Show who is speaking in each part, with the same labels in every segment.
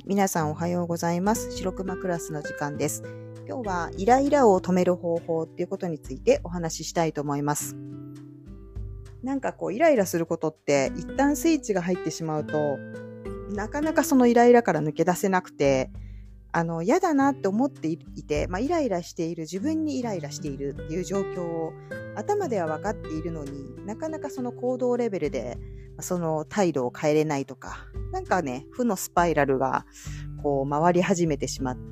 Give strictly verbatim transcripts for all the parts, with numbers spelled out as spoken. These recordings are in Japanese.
Speaker 1: 皆さんおはようございます。白熊クラスの時間です。今日はイライラを止める方法っていうことについてお話ししたいと思います。なんかこうイライラすることって一旦スイッチが入ってしまうとなかなかそのイライラから抜け出せなくて、あの嫌だなって思っていて、まあ、イライラしている自分にイライラしているっていう状況を頭では分かっているのになかなかその行動レベルでその態度を変えれないとか、なんかね負のスパイラルがこう回り始めてしまって、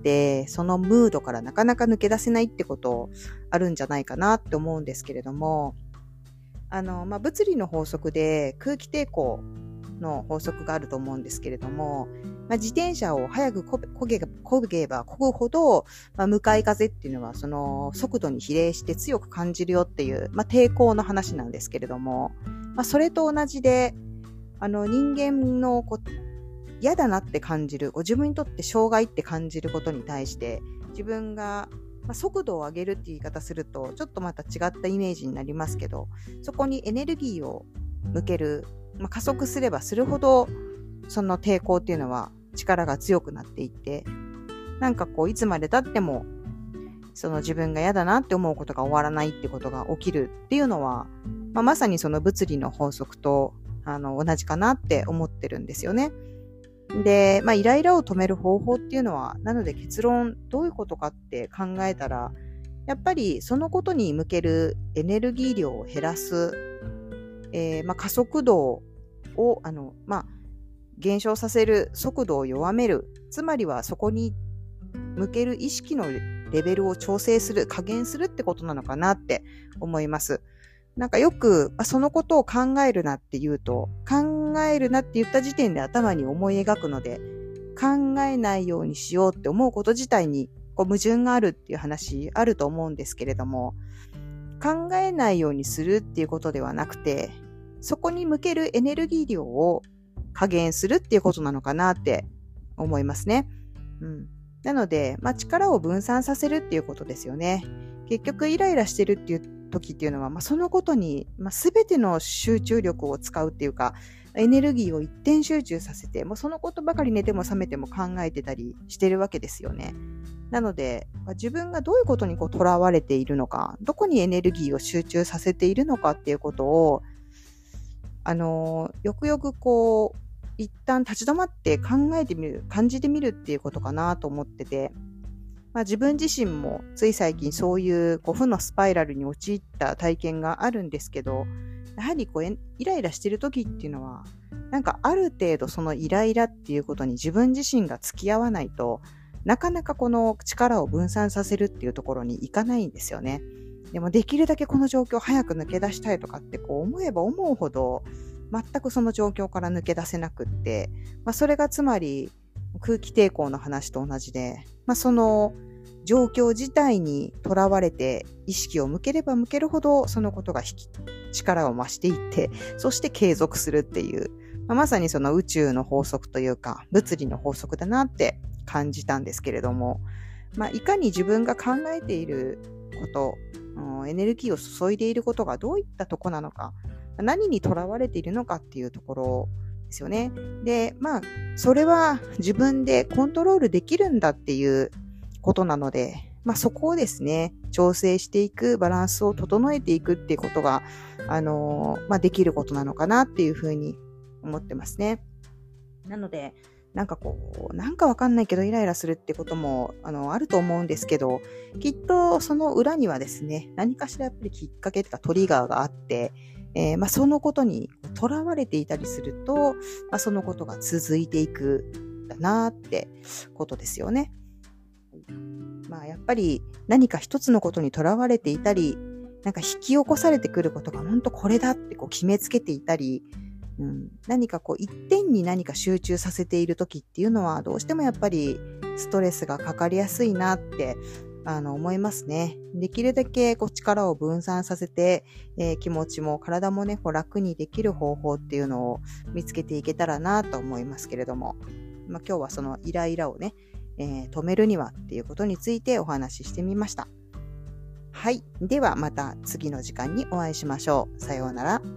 Speaker 1: そのムードからなかなか抜け出せないってことあるんじゃないかなって思うんですけれども、あの、まあ、物理の法則で空気抵抗の法則があると思うんですけれども、まあ、自転車を速くこげばこげばこぐほど、まあ、向かい風っていうのはその速度に比例して強く感じるよっていう、まあ、抵抗の話なんですけれども、まあ、それと同じで、あの人間のこ嫌だなって感じる、自分にとって障害って感じることに対して自分がまあ、速度を上げるっていう言い方するとちょっとまた違ったイメージになりますけど、そこにエネルギーを向ける、まあ、加速すればするほどその抵抗っていうのは力が強くなっていって、なんかこういつまで経ってもその自分が嫌だなって思うことが終わらないってことが起きるっていうのは、まあ、まさにその物理の法則とあの同じかなって思ってるんですよね。で、まあ、イライラを止める方法っていうのは、なので結論どういうことかって考えたら、やっぱりそのことに向けるエネルギー量を減らす、えーまあ、加速度をあの、まあ、減少させる、速度を弱める、つまりはそこに向ける意識のレベルを調整する、加減するってことなのかなって思います。なんかよくそのことを考えるなって言うと、考えるなって言った時点で頭に思い描くので、考えないようにしようって思うこと自体にこう矛盾があるっていう話あると思うんですけれども、考えないようにするっていうことではなくて、そこに向けるエネルギー量を加減するっていうことなのかなって思いますね。うん、なので、まあ、力を分散させるっていうことですよね。結局イライラしてるっていう時っていうのは、まあ、そのことに、まあ、全ての集中力を使うっていうか、エネルギーを一点集中させて、もうそのことばかり寝ても覚めても考えてたりしてるわけですよね。なので、まあ、自分がどういうことにこう囚われているのか、どこにエネルギーを集中させているのかっていうことを、あのー、よくよくこう、一旦立ち止まって考えてみる、感じてみるっていうことかなと思ってて、まあ、自分自身もつい最近そういうこう負のスパイラルに陥った体験があるんですけど、やはりこうイライラしてる時っていうのは、なんかある程度そのイライラっていうことに自分自身が付き合わないと、なかなかこの力を分散させるっていうところにいかないんですよね。でもできるだけこの状況を早く抜け出したいとかってこう思えば思うほど、全くその状況から抜け出せなくって、まあ、それがつまり空気抵抗の話と同じで、まあ、その状況自体にとらわれて意識を向ければ向けるほどそのことが引き力を増していって、そして継続するっていう、まあ、まさにその宇宙の法則というか物理の法則だなって感じたんですけれども、まあ、いかに自分が考えていること、エネルギーを注いでいることがどういったとこなのか、何にとらわれているのかっていうところですよね。で、まあそれは自分でコントロールできるんだっていうことなので、まあそこをですね、調整していく、バランスを整えていくっていうことが、あのー、まあできることなのかなっていうふうに思ってますね。なので、なんかこう、なんかわかんないけどイライラするってことも、あの、あると思うんですけど、きっとその裏にはですね、何かしらやっぱりきっかけとかトリガーがあって、えーまあ、そのことにとらわれていたりすると、まあ、そのことが続いていくんだなってことですよね。まあ、やっぱり何か一つのことにとらわれていたり、なんか引き起こされてくることが本当これだってこう決めつけていたり、うん、何かこう一点に何か集中させている時っていうのはどうしてもやっぱりストレスがかかりやすいなってあの思いますね。できるだけこう力を分散させて、えー、気持ちも体もねこう楽にできる方法っていうのを見つけていけたらなと思いますけれども、まあ、今日はそのイライラをね、えー、止めるにはっていうことについてお話ししてみました。はい。ではまた次の時間にお会いしましょう。さようなら。